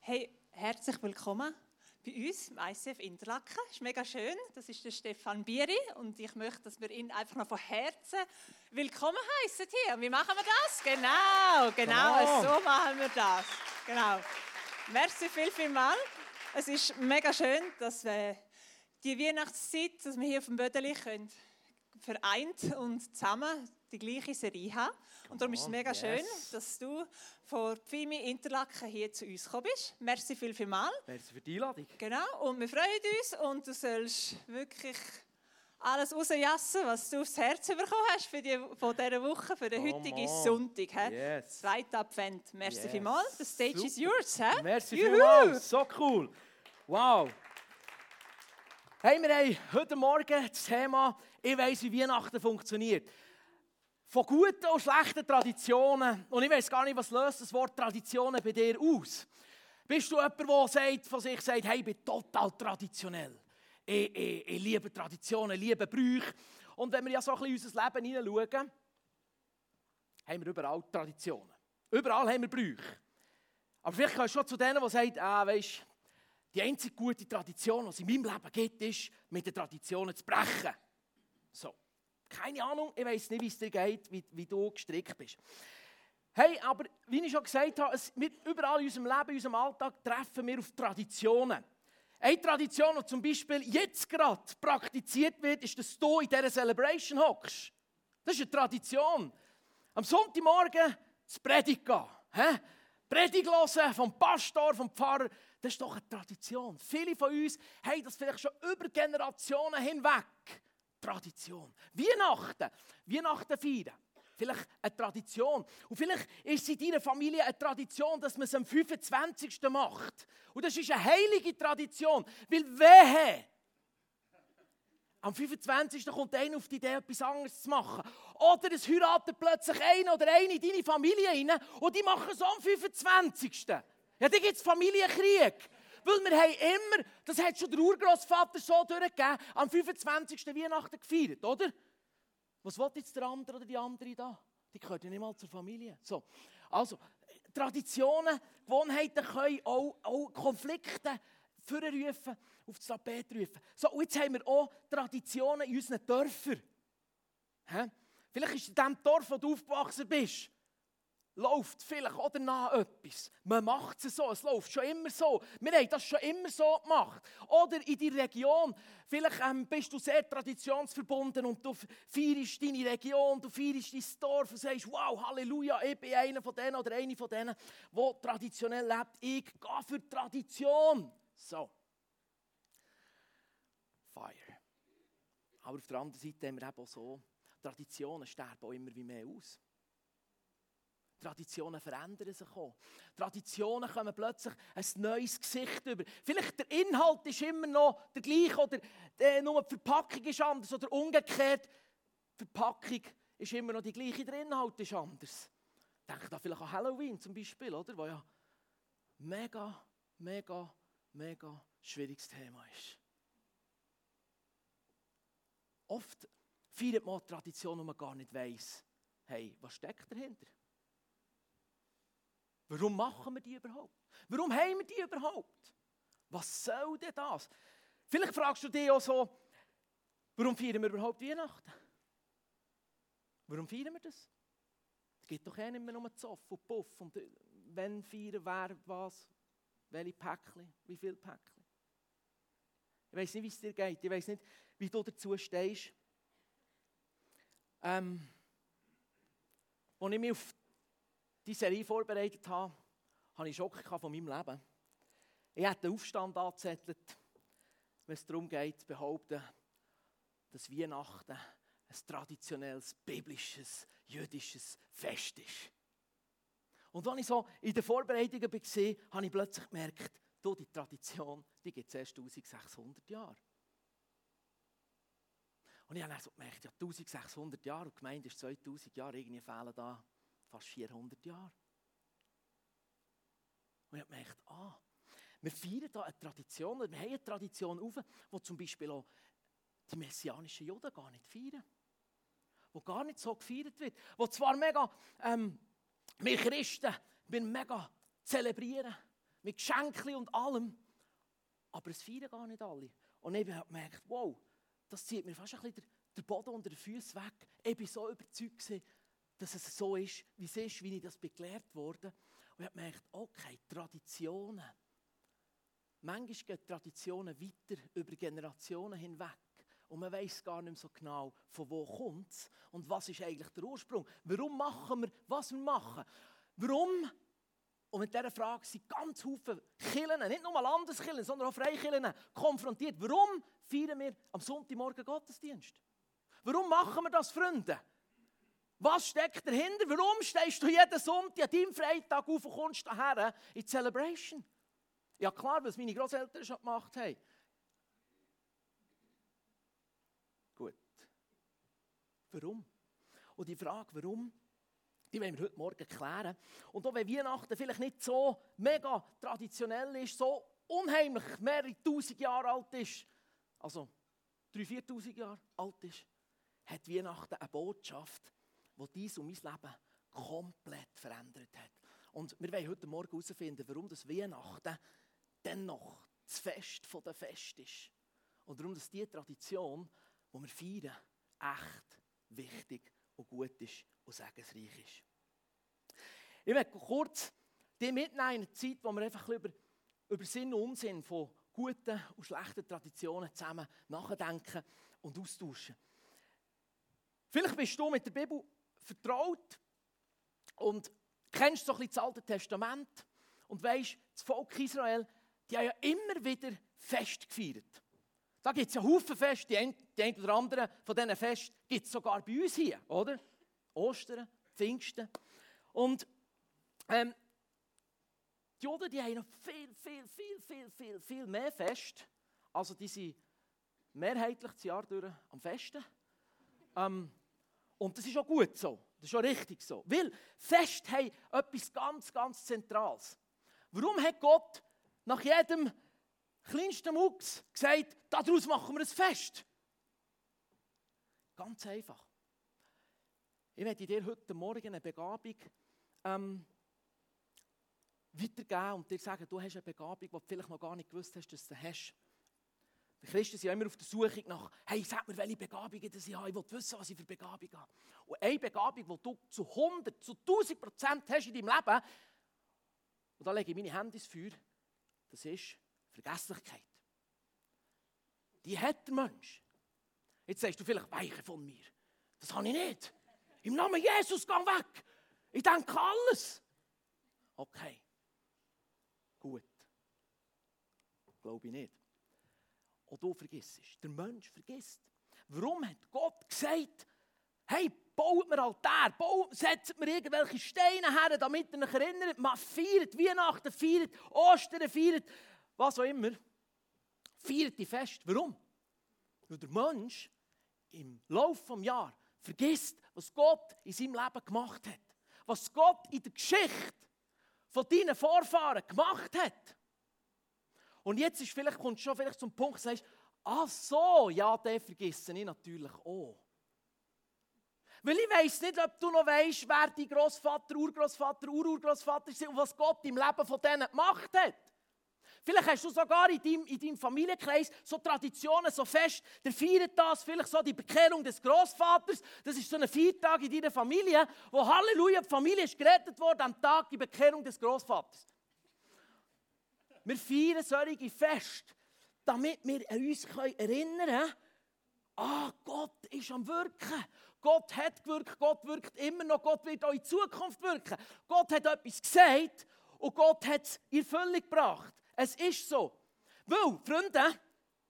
Hey, herzlich willkommen bei uns im ICF Interlaken. Es ist mega schön. Das ist der Stefan Bieri und ich möchte, dass wir ihn einfach noch von Herzen willkommen heißen hier. Wie machen wir das? Genau, so machen wir das. Genau. Merci vielmals. Es ist mega schön, dass wir die Weihnachtszeit, dass wir hier auf dem Bödeli können, vereint und zusammen die gleiche Serie haben. Und darum ist es mega schön, dass du von Pfimi Interlaken hier zu uns gekommen bist. Merci vielmals. Merci für die Einladung. Genau, und wir freuen uns und du sollst wirklich alles rausjassen, was du aufs Herz bekommen hast von dieser Woche, für den heutigen Sonntag. Yes. 2. Advent. Merci vielmals. The stage is yours. Merci vielmals. So cool. Wow. Hey, wir haben heute Morgen das Thema «Ich weiss, wie Weihnachten funktioniert». Von guten und schlechten Traditionen. Und ich weiss gar nicht, was löst das Wort Traditionen bei dir aus? Bist du jemand, der von sich sagt, hey, ich bin total traditionell. Ich liebe Traditionen, ich liebe Brüche. Und wenn wir ja so ein bisschen in unser Leben hineinschauen, haben wir überall Traditionen. Überall haben wir Brüche. Aber vielleicht gehörst du schon zu denen, die sagen, weisst, die einzige gute Tradition, die es in meinem Leben gibt, ist, mit den Traditionen zu brechen. So. Keine Ahnung, ich weiss nicht, wie es dir geht, wie du gestrickt bist. Hey, aber wie ich schon gesagt habe, überall in unserem Leben, in unserem Alltag treffen wir auf Traditionen. Eine Tradition, die zum Beispiel jetzt gerade praktiziert wird, ist, dass du in dieser Celebration hockst. Das ist eine Tradition. Am Sonntagmorgen zu Predigen. Predigt hören vom Pastor, vom Pfarrer, das ist doch eine Tradition. Viele von uns haben das vielleicht schon über Generationen hinweg. Tradition. Weihnachten feiern. Vielleicht eine Tradition. Und vielleicht ist es in deiner Familie eine Tradition, dass man es am 25. macht. Und das ist eine heilige Tradition. Weil wehe, am 25. kommt einer auf die Idee, etwas anderes zu machen. Oder es heiratet plötzlich einer oder eine in deine Familie rein und die machen es am 25. Ja, dann gibt es Familienkrieg. Weil wir haben immer, das hat schon der Urgroßvater so durchgegeben, am 25. Weihnachten gefeiert, oder? Was will jetzt der andere oder die andere da? Die gehört ja nicht mal zur Familie. So. Also, Traditionen, Gewohnheiten können auch Konflikte vorrufen, auf das Tapet rufen. So, und jetzt haben wir auch Traditionen in unseren Dörfern. Vielleicht ist in dem Dorf, wo du aufgewachsen bist, läuft vielleicht oder nach etwas. Man macht es so, es läuft schon immer so. Wir haben das schon immer so gemacht. Oder in deiner Region, vielleicht bist du sehr traditionsverbunden und du feierst deine Region, du feierst dein Dorf und sagst, wow, Halleluja, ich bin einer von denen oder eine von denen, die traditionell lebt. Ich gehe für Tradition. So. Fire. Aber auf der anderen Seite haben wir eben auch so, Traditionen sterben auch immer wie mehr aus. Traditionen verändern sich auch. Traditionen kommen plötzlich ein neues Gesicht über. Vielleicht der Inhalt ist immer noch der gleiche oder nur die Verpackung ist anders oder umgekehrt. Die Verpackung ist immer noch die gleiche, der Inhalt ist anders. Denke da vielleicht an Halloween zum Beispiel, oder? Wo ja mega schwieriges Thema ist. Oft feiert man Tradition, wo man gar nicht weiss, hey, was steckt dahinter? Warum machen wir die überhaupt? Warum haben wir die überhaupt? Was soll denn das? Vielleicht fragst du dich auch so, warum feiern wir überhaupt Weihnachten? Warum feiern wir das? Es gibt doch nicht mehr nur Zoff und Puff und wenn feiern, wer was, welche Päckchen, wie viele Päckchen. Ich weiss nicht, wie es dir geht, ich weiss nicht, wie du dazu stehst. Als ich mich auf die Serie vorbereitet habe, hatte ich einen Schock von meinem Leben. Ich hatte den Aufstand angezettelt, wenn es darum geht, zu behaupten, dass Weihnachten ein traditionelles, biblisches, jüdisches Fest ist. Und als ich so in den Vorbereitungen war, habe ich plötzlich gemerkt, die Tradition, die gibt es erst 1600 Jahre. Und ich habe dann so gemerkt, ja, 1600 Jahre und die Gemeinde ist 2000 Jahre, irgendwie fehlen da fast 400 Jahre. Und ich habe gemerkt, wir feiern hier eine Tradition, wir haben eine Tradition auf, wo zum Beispiel auch die messianischen Juden gar nicht feiern. Wo gar nicht so gefeiert wird. Wo zwar mega, wir Christen, wir mega zelebrieren. mit Geschenken und allem. Aber es feiern gar nicht alle. Und ich habe gemerkt, wow, das zieht mir fast ein bisschen den Boden unter den Füßen weg. Ich war so überzeugt, dass es so ist, wie es ist, wie ich das gelehrt wurde. Und ich habe gemerkt, okay, Traditionen. Manchmal gehen Traditionen weiter über Generationen hinweg. Und man weiss gar nicht mehr so genau, von wo kommt es und was ist eigentlich der Ursprung. Warum machen wir, was wir machen? Warum? Und mit dieser Frage sind ganz viele Kirchen, nicht nur Landeskirchen, sondern auch Freikirchen, konfrontiert. Warum feiern wir am Sonntagmorgen Gottesdienst? Warum machen wir das, Freunde? Was steckt dahinter? Warum stehst du jeden Sonntag an deinem Freitag auf und kommst hierher in die Celebration? Ja klar, was meine Grosseltern schon gemacht haben. Gut. Warum? Und die Frage, warum, die wollen wir heute Morgen klären. Und auch wenn Weihnachten vielleicht nicht so mega traditionell ist, so unheimlich mehrere tausend Jahre alt ist, also 3.000, 4.000 Jahre alt ist, hat Weihnachten eine Botschaft, die dies und mein Leben komplett verändert hat. Und wir wollen heute Morgen herausfinden, warum das Weihnachten dennoch das Fest der Feste ist. Und warum das diese Tradition, die wir feiern, echt wichtig und gut ist und segensreich ist. Ich möchte kurz die mitnehmen in eine Zeit, wo wir einfach über Sinn und Unsinn von guten und schlechten Traditionen zusammen nachdenken und austauschen. Vielleicht bist du mit der Bibel vertraut und kennst so ein bisschen das Alte Testament und weisst, das Volk Israel, die haben ja immer wieder Fest gefeiert. Da gibt es ja Haufen Feste, die ein oder andere von diesen Festen gibt es sogar bei uns hier, oder? Ostern, Pfingsten. Und die Juden, die haben noch viel mehr Feste. Also die sind mehrheitlich das Jahr durch am Festen. Und das ist auch gut so. Das ist auch richtig so. Weil Feste haben etwas ganz, ganz Zentrales. Warum hat Gott nach jedem kleinsten Mucks gesagt, daraus machen wir ein Fest? Ganz einfach. Ich werde dir heute Morgen eine Begabung weitergeben und dir sagen, du hast eine Begabung, die du vielleicht noch gar nicht gewusst hast, dass du hast. Die Christen sind ja immer auf der Suche nach, hey, sag mir, welche Begabungen ich habe. Ich will wissen, was ich für Begabung habe. Und eine Begabung, die du zu 100, zu 1000% hast in deinem Leben, und da lege ich meine Hände ins Feuer, das ist Vergesslichkeit. Die hat der Mensch. Jetzt sagst du vielleicht, weiche von mir. Das habe ich nicht. Im Namen Jesus, geh weg. Ich denke alles. Okay. Gut. Glaube ich nicht. Und du vergisst es. Der Mensch vergisst. Warum hat Gott gesagt, hey, baut mir Altar, setzt mir irgendwelche Steine her, damit ihr euch erinnert, man feiert Weihnachten, feiert Ostern, feiert was auch immer. Feiert die Fest. Warum? Weil der Mensch im Laufe des Jahres vergisst, was Gott in seinem Leben gemacht hat. Was Gott in der Geschichte von deinen Vorfahren gemacht hat. Und jetzt ist kommst du schon vielleicht zum Punkt, sagst, ach so, ja, den vergesse ich natürlich auch. Weil ich weiss nicht, ob du noch weisst, wer dein Grossvater, Urgroßvater, Ururgroßvater sind und was Gott im Leben von denen gemacht hat. Vielleicht hast du sogar in deinem Familienkreis so Traditionen, so fest, der feiert das, vielleicht so die Bekehrung des Großvaters. Das ist so ein Feiertag in deiner Familie, wo Halleluja, die Familie ist gerettet worden am Tag die Bekehrung des Großvaters. Wir feiern solche Feste, damit wir an uns erinnern können, Gott ist am Wirken. Gott hat gewirkt, Gott wirkt immer noch, Gott wird auch in Zukunft wirken. Gott hat etwas gesagt und Gott hat es in Erfüllung gebracht. Es ist so. Weil, Freunde,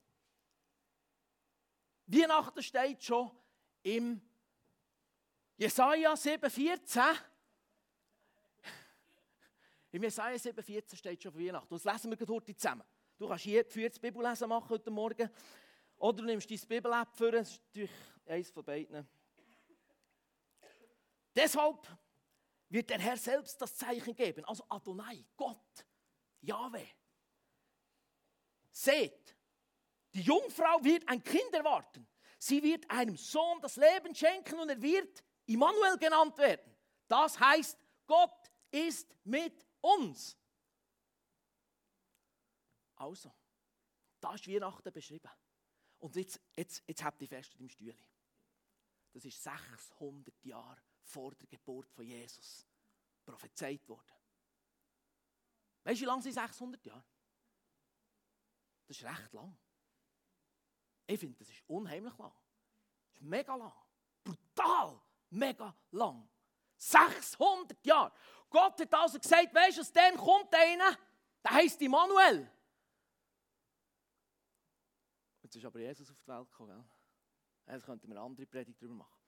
Weihnachten steht schon im Jesaja 7,14. Im Jesaja 7,14 steht schon von Weihnachten. Und das lesen wir heute zusammen. Du kannst hier geführtes Bibellesen machen heute Morgen. Oder du nimmst dein Bibel-App für, das ist natürlich eines von beiden. Deshalb wird der Herr selbst das Zeichen geben. Also Adonai, Gott, Jahwe. Seht, die Jungfrau wird ein Kind erwarten. Sie wird einem Sohn das Leben schenken und er wird Immanuel genannt werden. Das heißt, Gott ist mit uns. Also, da ist Weihnachten beschrieben. Und jetzt habt ihr fest in deinem Stühle. Das ist 600 Jahre vor der Geburt von Jesus prophezeit worden. Weißt du, wie lang sind 600 Jahre? Das ist recht lang. Ich finde, das ist unheimlich lang. Das ist mega lang. Brutal mega lang. 600 Jahre. Gott hat also gesagt, weißt du, aus dem kommt einer, der heisst Immanuel. Jetzt ist aber Jesus auf die Welt gekommen. Gell? Jetzt könnten wir eine andere Predigt darüber machen.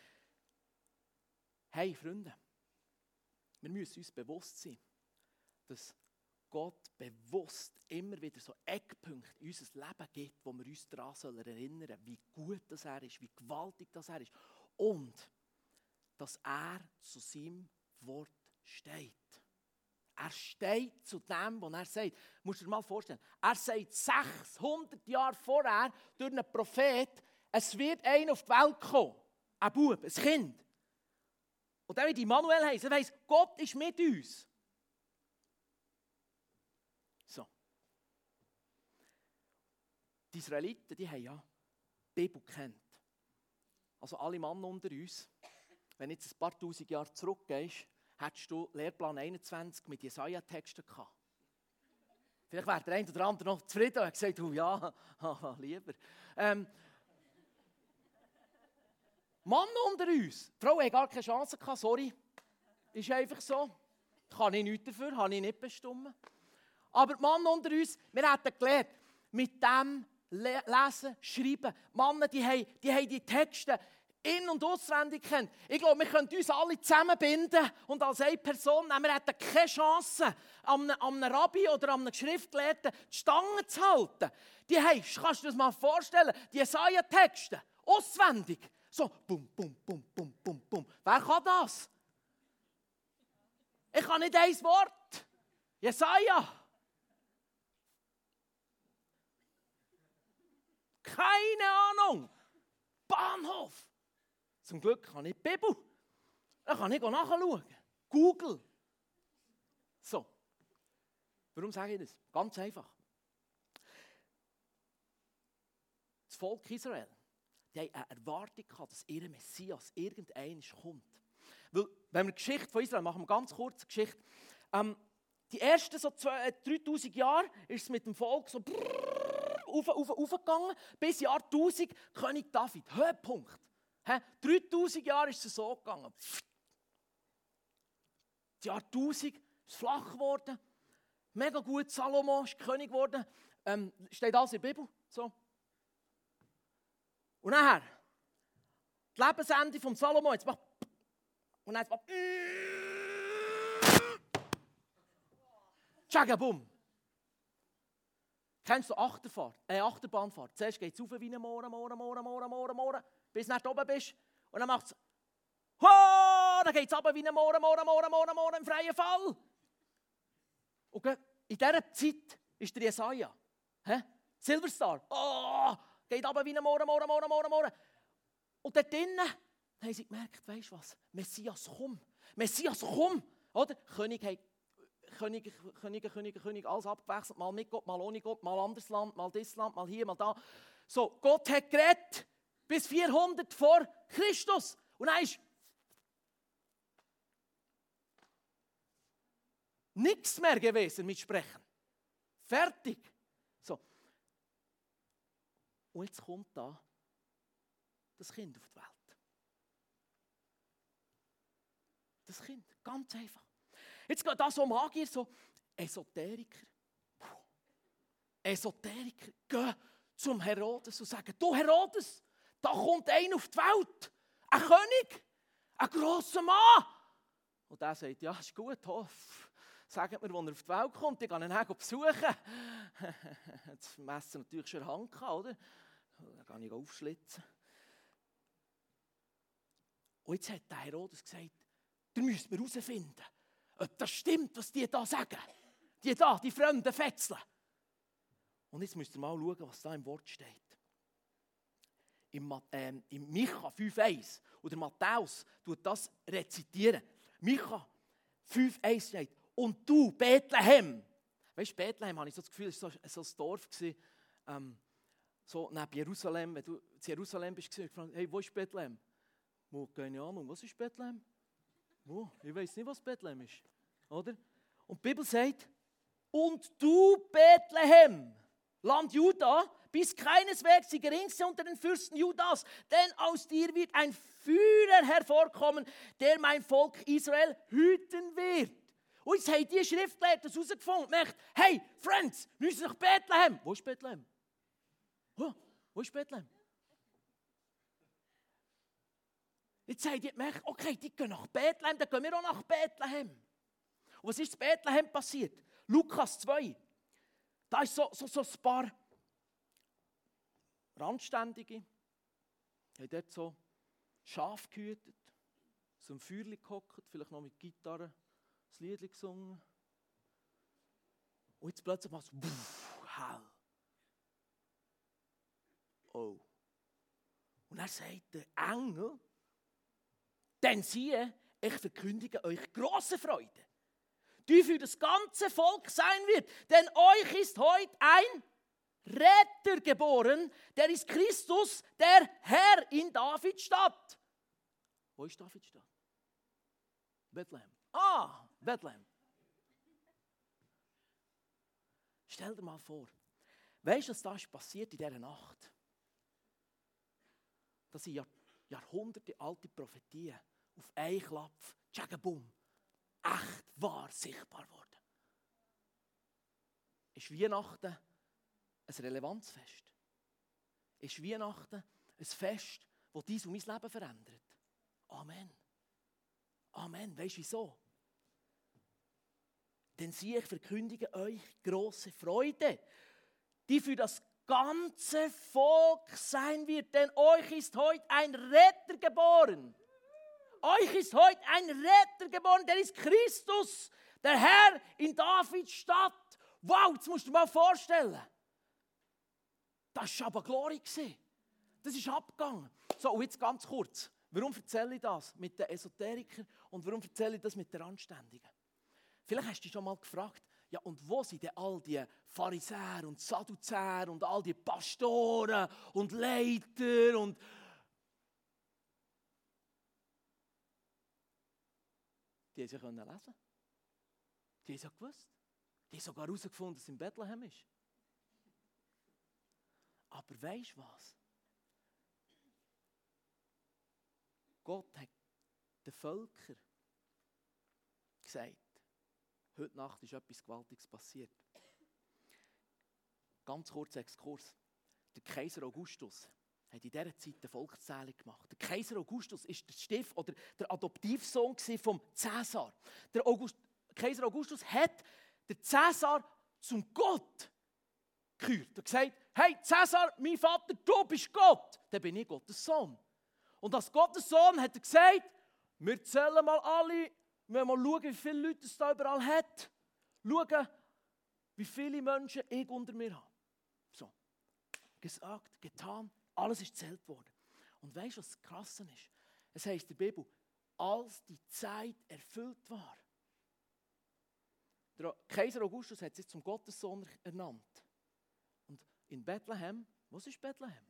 Hey Freunde, wir müssen uns bewusst sein, dass Gott bewusst immer wieder so Eckpunkte in unser Leben gibt, wo wir uns daran erinnern sollen, wie gut das er ist, wie gewaltig das er ist. Und dass er zu seinem Wort steht. Er steht zu dem, was er sagt. Du musst dir mal vorstellen, er sagt 600 Jahre vorher durch einen Prophet, es wird einer auf die Welt kommen. Ein Bub, ein Kind. Und der wird Immanuel heißen. Er weiss, Gott ist mit uns. So. Die Israeliten, die haben ja die Bibel gekannt. Also alle Männer unter uns, wenn du jetzt ein paar tausend Jahre zurückgehst, hättest du Lehrplan 21 mit Jesaja-Texten gehabt. Vielleicht wäre der eine oder andere noch zufrieden und hat gesagt, oh ja, lieber. Mann unter uns, die Frau hat gar keine Chance gehabt, sorry. Ist einfach so. Kann ich nichts dafür, habe ich nicht bestimmt. Aber die Männer unter uns, wir hätten gelernt, mit dem Lesen, Schreiben. Männer, die haben die Texte in- und auswendig kennt. Ich glaube, wir können uns alle zusammenbinden und als eine Person nehmen. Wir hätten keine Chance, an einem Rabbi oder an einem Schriftgelehrten die Stange zu halten. Die haben, kannst du dir das mal vorstellen, die Jesaja-Texte, auswendig. So, bum, bum, bum, bum, bum, bum. Wer kann das? Ich kann nicht ein Wort. Jesaja. Keine Ahnung. Bahnhof. Zum Glück kann ich die Bibel. Da kann ich nachschauen. Google. So. Warum sage ich das? Ganz einfach. Das Volk Israel, die haben eine Erwartung gehabt, dass ihr Messias irgendwann kommt. Weil, wenn wir die Geschichte von Israel machen, wir ganz kurz eine Geschichte. Die ersten so 3000 Jahre ist es mit dem Volk so aufgegangen, bis Jahr 1000 König David. Höhepunkt. 3000 Jahre ist es so gegangen. Das Jahr 1000 ist es flach geworden. Mega gut, Salomo ist König geworden. Steht alles in der Bibel. So. Und nachher, das Lebensende von Salomo, jetzt macht und dann macht Tschagabum. Kennst du Achterbahnfahrt? Zuerst geht es rauf wie ein Mohren, bis du nach oben bist. Und dann macht es, dann geht es runter wie ein Mohren, im freien Fall. Und in dieser Zeit ist der Jesaja, Silverstar, geht runter wie ein Mohren. Und dort drinnen haben sie gemerkt, weisst du was, Messias, komm. Oder? König, alles abgewechselt, mal mit Gott, mal ohne Gott, mal anderes Land, mal dieses Land, mal hier, mal da. So, Gott hat geredet bis 400 vor Christus. Und dann ist nichts mehr gewesen mit Sprechen. Fertig. So. Und jetzt kommt da das Kind auf die Welt. Das Kind, ganz einfach. Jetzt geht da so Magier, so Esoteriker. Esoteriker gehen zum Herodes und sagen, du Herodes, da kommt einer auf die Welt. Ein König, ein grosser Mann. Und der sagt, ja, ist gut, sagt mir, wo er auf die Welt kommt, ich gehe ihn besuchen. Das Messer natürlich schon in der Hand gehabt, oder? Dann kann ich aufschlitzen. Und jetzt hat der Herodes gesagt, ihr müsst mir herausfinden, ob das stimmt, was die da sagen. Die fremden Fetzeln. Und jetzt müsst ihr mal schauen, was da im Wort steht. Im Micha 5,1. Oder Matthäus tut das rezitieren. Micha 5,1 steht, und du, Bethlehem, Weißt du, Bethlehem, habe ich so das Gefühl, es war so ein Dorf, so neben Jerusalem. Wenn du in Jerusalem bist, gefragt, hey, wo ist Bethlehem? Keine Ahnung, was ist Bethlehem? Ich weiß nicht, was Bethlehem ist. Oder? Und die Bibel sagt, und du, Bethlehem, Land Juda, bist keineswegs die geringste unter den Fürsten Judas, denn aus dir wird ein Führer hervorkommen, der mein Volk Israel hüten wird. Und jetzt haben die Schriftgelehrten das herausgefunden und gedacht, hey, Friends, wir müssen nach Bethlehem. Wo ist Bethlehem? Wo ist Bethlehem? Jetzt haben die gemerkt, okay, die gehen nach Bethlehem, dann gehen wir auch nach Bethlehem. Und was ist in Bethlehem passiert? Lukas 2. Da ist so ein paar Randständige, haben dort so Schaf gehütet, so ein Feuerchen gehockt, vielleicht noch mit Gitarre das Lied gesungen. Und jetzt plötzlich macht es hell. Oh. Und er sagt der Engel, denn siehe, ich verkündige euch große Freude, die für das ganze Volk sein wird. Denn euch ist heute ein Retter geboren, der ist Christus, der Herr in Davids Stadt. Wo ist Davids Stadt? Bethlehem. Bethlehem. Stell dir mal vor, weißt du, was da ist passiert in dieser Nacht? Das sind Jahrhunderte alte Prophetien auf einen Klapp, tschagabum, echt wahr sichtbar worden. Ist Weihnachten ein Relevanzfest? Ist Weihnachten ein Fest, das dein und mein Leben verändert? Amen. Amen. Weißt du wieso? Denn siehe, ich verkündige euch große Freude, die für das ganze Volk sein wird. Denn euch ist heute ein Retter geboren. Euch ist heute ein Retter geboren, der ist Christus, der Herr in Davids Stadt. Wow, jetzt musst du dir mal vorstellen. Das war aber Glorie. Das ist abgegangen. So, und jetzt ganz kurz. Warum erzähle ich das mit den Esoterikern und warum erzähle ich das mit den Anständigen? Vielleicht hast du dich schon mal gefragt, ja, und wo sind denn all die Pharisäer und Sadduzäer und all die Pastoren und Leiter und die haben sie lesen. Die haben es ja gewusst. Die haben sogar herausgefunden, dass es in Bethlehem ist. Aber weisst du was? Gott hat den Völkern gesagt, heute Nacht ist etwas Gewaltiges passiert. Ganz kurzer Exkurs. Der Kaiser Augustus hat in dieser Zeit eine Volkszählung gemacht. Der Kaiser Augustus ist der Stief oder der Adoptivsohn vom Cäsar. Kaiser Augustus hat den Cäsar zum Gott gekürt. Er hat gesagt, hey Cäsar, mein Vater, du bist Gott. Dann bin ich Gottes Sohn. Und als Gottes Sohn hat er gesagt, wir zählen mal alle, wir mal schauen, wie viele Leute es da überall hat. Schauen, wie viele Menschen ich unter mir habe. So, gesagt, getan, alles ist gezählt worden. Und weißt du, was das Krasse ist? Es heisst in der Bibel, als die Zeit erfüllt war. Der Kaiser Augustus hat sich zum Gottessohn ernannt. Und in Bethlehem, was ist Bethlehem?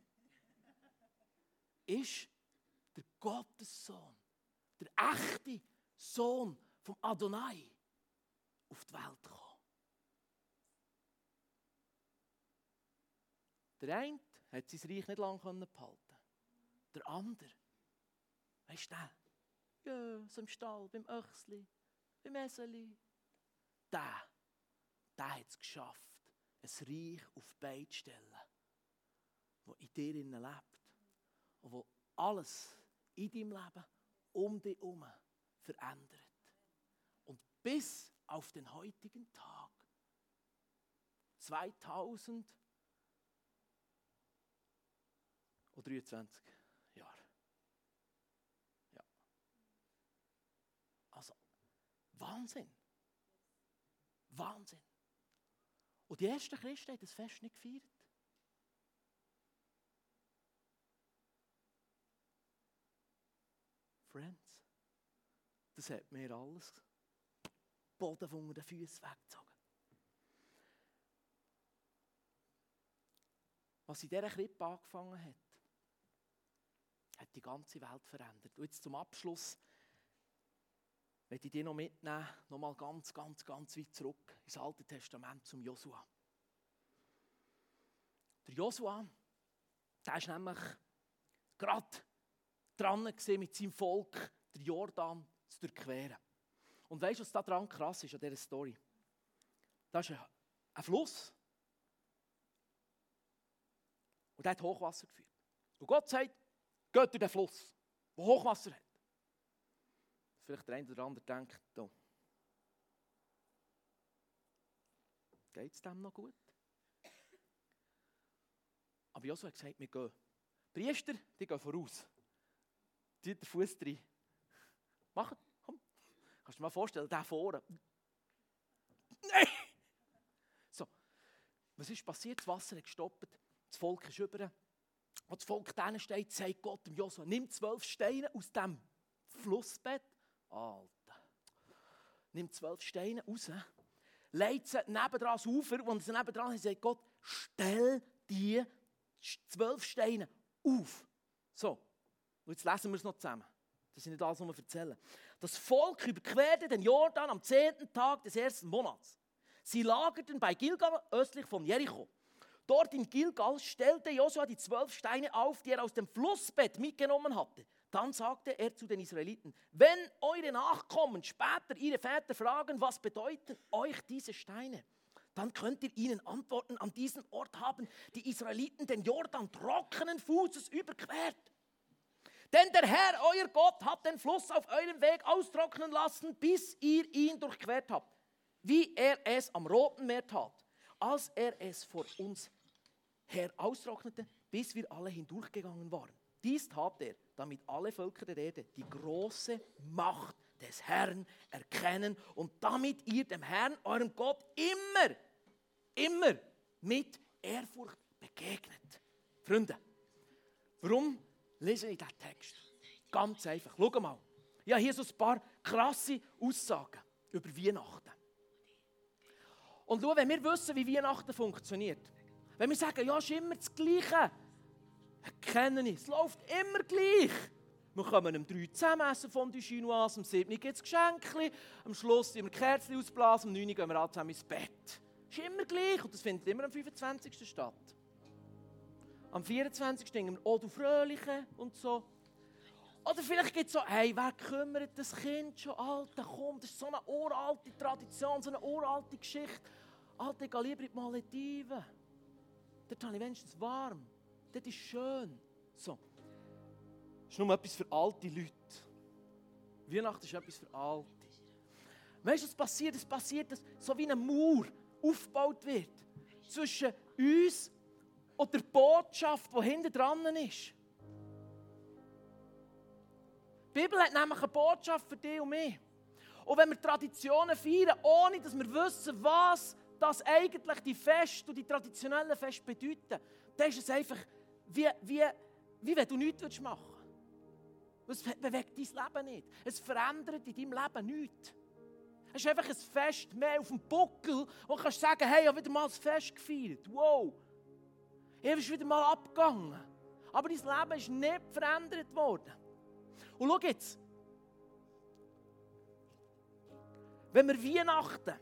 Ist der Gottessohn, der echte Sohn vom Adonai, auf die Welt gekommen. Der eine hat sein Reich nicht lange behalten. Der andere, weißt du, ja, so im Stall, beim Öchsli, beim Eseli, der hat es geschafft, ein Reich auf die Beine zu stellen, das in dir lebt und wo alles in deinem Leben um dich herum verändert. Und bis auf den heutigen Tag, 2023 Jahre. Ja. Also, Wahnsinn. Wahnsinn. Und die ersten Christen haben das Fest nicht gefeiert. Friends, das hat mir alles Boden unter den Füßen weggezogen. was in dieser Krippe angefangen hat, hat die ganze Welt verändert. Und jetzt zum Abschluss möchte ich dich noch mitnehmen, nochmal ganz weit zurück ins Alte Testament zum Josua. Der Josua, der war nämlich gerade dran mit seinem Volk, den Jordan zu durchqueren. Und weißt du, was da dran krass ist an dieser Story? Das ist ein Fluss. Und der hat Hochwasser geführt. Und Gott sagt, geht durch den Fluss, der Hochwasser hat. Vielleicht der eine oder andere denkt, da. Geht es dem noch gut? Aber Josua hat gesagt, wir gehen. Die Priester, die gehen voraus. Die den Fuß rein. Machen, komm. Kannst du dir mal vorstellen, der vorne. Nein! So, was ist passiert? Das Wasser hat gestoppt, das Volk ist über. Als das Volk drinnen steht, sagt Gott dem Josua, nimm 12 Steine aus dem Flussbett. Alter. Nimm 12 Steine raus, legt sie nebendran ans Ufer, und sie nebendran sagt Gott, stell die 12 Steine auf. So, und jetzt lesen wir es noch zusammen. Das ist nicht alles, was wir erzählen. Das Volk überquerte den Jordan am 10. Tag des 1. Monats. Sie lagerten bei Gilgal östlich von Jericho. Dort in Gilgal stellte Josua die 12 Steine auf, die er aus dem Flussbett mitgenommen hatte. Dann sagte er zu den Israeliten, wenn eure Nachkommen später ihre Väter fragen, was bedeuten euch diese Steine, dann könnt ihr ihnen antworten, an diesem Ort haben die Israeliten den Jordan trockenen Fußes überquert. Denn der Herr, euer Gott, hat den Fluss auf eurem Weg austrocknen lassen, bis ihr ihn durchquert habt, wie er es am Roten Meer tat, als er es vor uns her austrocknete, bis wir alle hindurchgegangen waren. Dies tat er, damit alle Völker der Erde die große Macht des Herrn erkennen und damit ihr dem Herrn, eurem Gott, immer mit Ehrfurcht begegnet. Freunde, warum lese ich diesen Text? Ganz einfach. Schau mal. Ja, hier so ein paar krasse Aussagen über Weihnachten. Und schau, wenn wir wissen, wie Weihnachten funktioniert, wenn wir sagen, ja, es ist immer das Gleiche, erkennen es läuft immer gleich. Wir kommen um 3 zusammen essen von du Chinoise, am 7 gibt es Geschenke, am Schluss wir Kerzen ausblasen, am 9 gehen wir alle zusammen ins Bett. Es ist immer gleich und das findet immer am 25. statt. Am 24. denken wir, oh du Fröhliche und so. Oder vielleicht gibt es so, hey, wer kümmert das Kind schon? Alter, komm, das ist so eine uralte Tradition, so eine uralte Geschichte. Alter, ich gehe lieber in die Malediven. Dort habe ich wenigstens warm. Das ist schön. So. Das ist nur etwas für alte Leute. Weihnachten ist etwas für Alte. Weißt du, was passiert? Es passiert, dass so wie ein Mauer aufgebaut wird zwischen uns und der Botschaft, die hinten dran ist. Die Bibel hat nämlich eine Botschaft für dich und mich. Und wenn wir Traditionen feiern, ohne dass wir wissen, was das eigentlich die Feste und die traditionellen Feste bedeuten, dann ist es einfach, wie wenn du nichts machen würdest. Es bewegt dein Leben nicht. Es verändert in deinem Leben nichts. Es ist einfach ein Fest mehr auf dem Buckel, wo du kannst sagen, hey, ich habe wieder mal ein Fest gefeiert. Wow. Ich bin wieder mal abgegangen. Aber dein Leben ist nicht verändert worden. Und schau jetzt. Wenn wir Weihnachten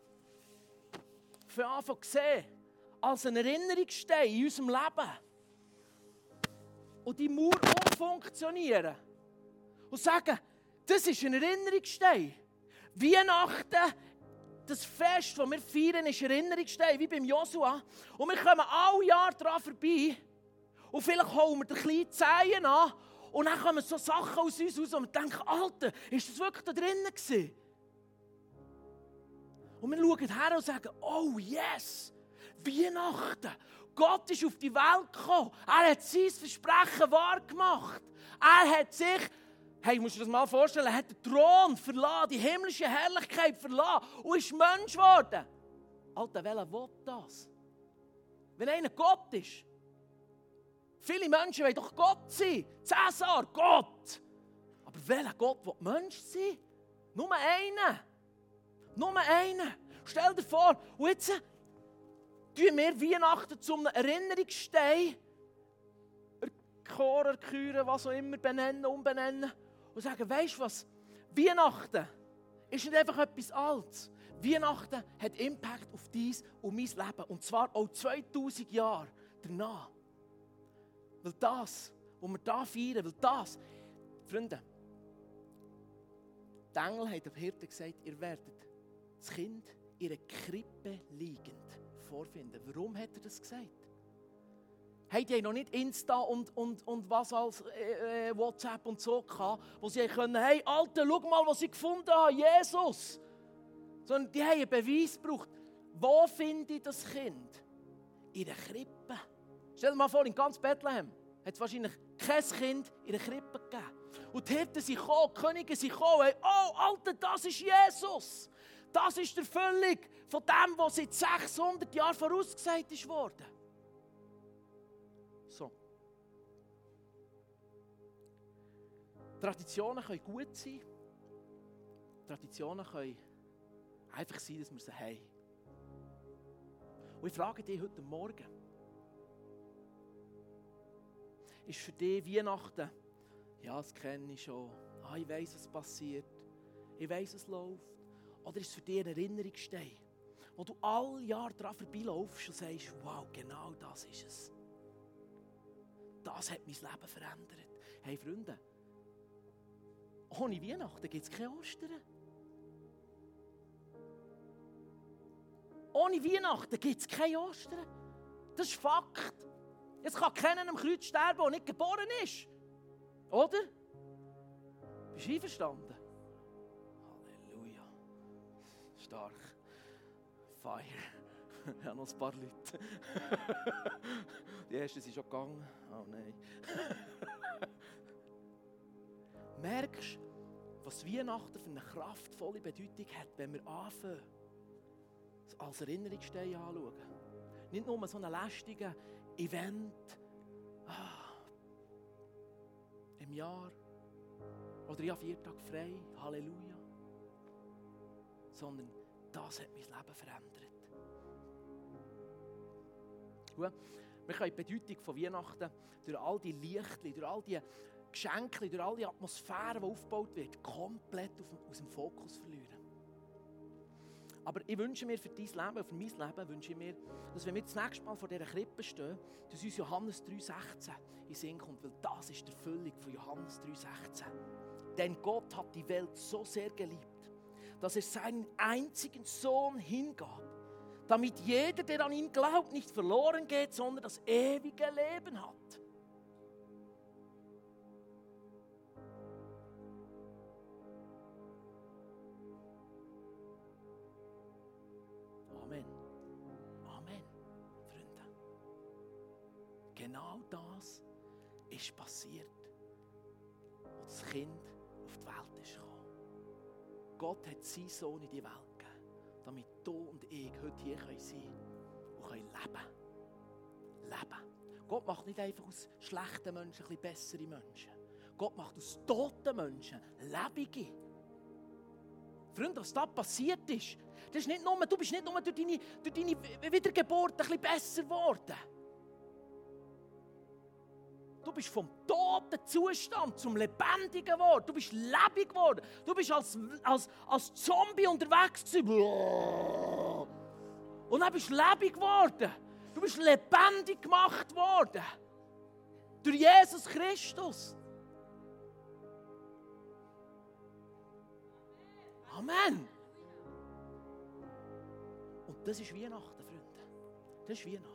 von Anfang sehen, als eine Erinnerungsstein in unserem Leben und die Mauer umfunktionieren und sagen, das ist ein Erinnerungsstein. Weihnachten, das Fest, das wir feiern, ist ein Erinnerungsstein, wie beim Josua. Und wir kommen alle Jahre daran vorbei und vielleicht holen wir den kleinen Zehen an und dann kommen so Sachen aus uns raus und wir denken, Alter, ist das wirklich da drinnen gewesen? Und wir schauen her und sagen, oh yes, Weihnachten. Gott ist auf die Welt gekommen. Er hat sein Versprechen wahrgemacht. Er hat sich, hey, musst du dir das mal vorstellen, er hat den Thron verlassen, die himmlische Herrlichkeit verlassen und ist Mensch geworden. Alter, welcher will das? Wenn einer Gott ist. Viele Menschen wollen doch Gott sein. Cäsar, Gott. Aber welcher Gott will Mensch sein? Nur einer. Nur einer. Stell dir vor, und jetzt tun wir Weihnachten zum Erinnerungsstein, Chor, Küre, was auch immer, benennen, umbenennen und sagen, weisst du was, Weihnachten ist nicht einfach etwas Altes. Weihnachten hat Impact auf dein und mein Leben. Und zwar auch 2000 Jahre danach. Weil das, was wir hier feiern, weil das, Freunde, die Engel haben dem Hirten gesagt, ihr werdet das Kind in einer Krippe liegend vorfinden. Warum hat er das gesagt? Hey, die haben noch nicht Insta und was als WhatsApp und so gehabt, wo sie können, hey Alter, schau mal, was ich gefunden habe, Jesus. Sondern die haben einen Beweis gebraucht. Wo finde ich das Kind? In einer Krippe. Stell dir mal vor, in ganz Bethlehem hat es wahrscheinlich kein Kind in einer Krippe gegeben. Und die Hirten sind gekommen, die Könige sind gekommen. Hey, oh Alter, das ist Jesus. Das ist die Erfüllung von dem, was seit 600 Jahren vorausgesagt ist worden. So. Traditionen können gut sein. Traditionen können einfach sein, dass wir sie haben. Und ich frage dich heute Morgen, ist für dich Weihnachten, ja, das kenne ich schon, ich weiss, was passiert, ich weiss, was läuft. Oder ist es für dich ein Erinnerungsstein, wo du alle Jahre daran vorbeilaufst und sagst, wow, genau das ist es. Das hat mein Leben verändert. Hey Freunde, ohne Weihnachten gibt es keine Ostern. Ohne Weihnachten gibt es keine Ostern. Das ist Fakt. Jetzt kann keiner am Kreuz sterben, der nicht geboren ist. Oder? Bist du einverstanden? Halleluja. Stark. Fire. Ich habe noch ein paar Leute. Die ersten sind schon gegangen. Oh nein. Merkst du, was Weihnachten für eine kraftvolle Bedeutung hat, wenn wir anfangen, es als Erinnerungsstein anschauen? Nicht nur so einen lästigen Event im Jahr oder ich habe 4 Tage frei, Halleluja. Sondern das hat mein Leben verändert. Gut, wir können die Bedeutung von Weihnachten durch all die Lichtchen, durch all die Geschenke, durch all die Atmosphäre, die aufgebaut wird, komplett aus dem Fokus verlieren. Aber ich wünsche mir für dein Leben, für mein Leben, wünsche ich mir, dass wenn wir das nächste Mal vor dieser Krippe stehen, dass uns Johannes 3,16 in den Sinn kommt, weil das ist die Erfüllung von Johannes 3,16. Denn Gott hat die Welt so sehr geliebt, dass er seinen einzigen Sohn hingab, damit jeder, der an ihn glaubt, nicht verloren geht, sondern das ewige Leben hat. Amen. Amen, Freunde. Genau das ist passiert, als das Kind auf die Welt ist gekommen. Gott hat seinen Sohn in die Welt gegeben, damit du und ich heute hier sein können und leben können. Leben. Gott macht nicht einfach aus schlechten Menschen ein bisschen bessere Menschen. Gott macht aus toten Menschen lebende. Freunde, was da passiert ist, das ist nicht nur, du bist nicht nur durch deine Wiedergeburt ein bisschen besser geworden. Du bist vom toten Zustand zum Lebendigen geworden. Du bist lebendig geworden. Du bist als Zombie unterwegs gewesen. Und dann bist du lebendig geworden. Du bist lebendig gemacht worden. Durch Jesus Christus. Amen. Und das ist Weihnachten, Freunde. Das ist Weihnachten.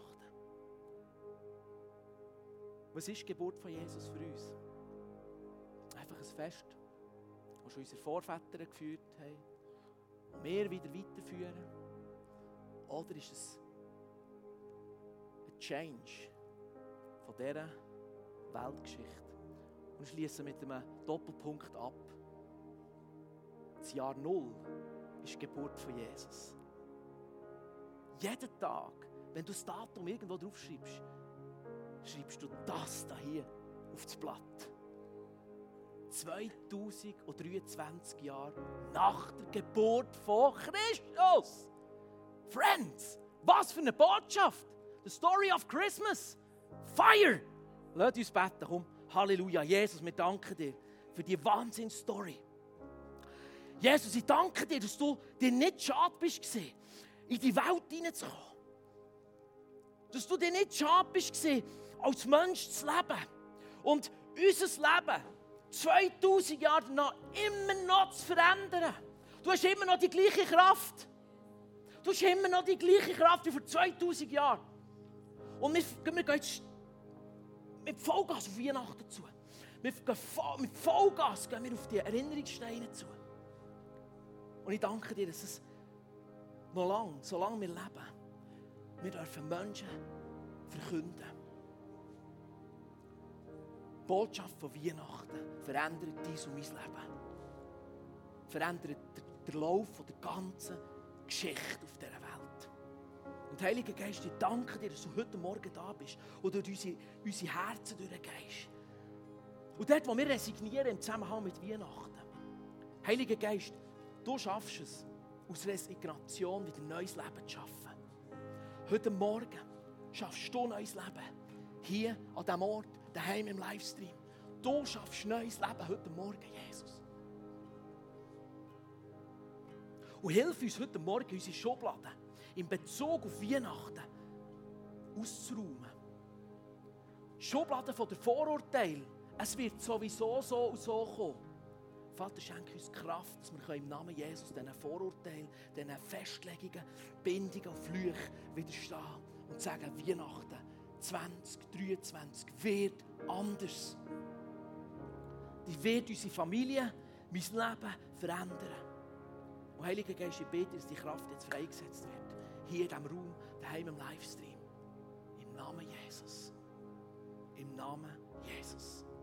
Was ist die Geburt von Jesus für uns? Einfach ein Fest, das schon unsere Vorväter geführt haben und wir wieder weiterführen? Oder ist es ein Change von dieser Weltgeschichte? Und wir schließen mit einem Doppelpunkt ab. Das Jahr 0 ist die Geburt von Jesus. Jeden Tag, wenn du das Datum irgendwo draufschreibst, schreibst du das hier auf das Blatt. 2023 Jahre nach der Geburt von Christus. Friends, Was für eine Botschaft! The story of Christmas. Fire! Lasst uns beten, komm. Halleluja. Jesus, wir danken dir für die Wahnsinns-Story. Jesus, ich danke dir, dass du dir nicht schade bist gewesen, in die Welt hineinzukommen. Dass du dir nicht schade bist gewesen, als Mensch zu leben. Und unser Leben 2000 Jahre danach immer noch zu verändern. Du hast immer noch die gleiche Kraft. Du hast immer noch die gleiche Kraft wie vor 2000 Jahren. Und wir gehen jetzt mit Vollgas auf Weihnachten zu. Mit Vollgas gehen wir auf die Erinnerungssteine zu. Und ich danke dir, dass es noch lange, solange wir leben, wir dürfen Menschen verkünden. Die Botschaft von Weihnachten verändert dein und mein Leben. Verändert den Lauf der ganzen Geschichte auf dieser Welt. Und Heiliger Geist, ich danke dir, dass du heute Morgen da bist und durch unsere Herzen durchgehst. Und dort, wo wir resignieren im Zusammenhang mit Weihnachten. Heiliger Geist, du schaffst es, aus Resignation wieder ein neues Leben zu schaffen. Heute Morgen schaffst du ein neues Leben. Hier an diesem Ort, daheim im Livestream. Du schaffst ein neues Leben heute Morgen, Jesus. Und hilf uns heute Morgen, unsere Schubladen in Bezug auf Weihnachten auszuräumen. Schubladen von der Vorurteile. Es wird sowieso so und so kommen. Vater, schenke uns Kraft, dass wir im Namen Jesus diesen Vorurteilen, diesen Festlegungen, Bindungen und Flüchen widerstehen und sagen, Weihnachten 2023 wird anders. Die wird unsere Familie, mein Leben verändern. Und Heiliger Geist, ich bete, dass die Kraft jetzt freigesetzt wird. Hier in diesem Raum, daheim im Livestream. Im Namen Jesus. Im Namen Jesus.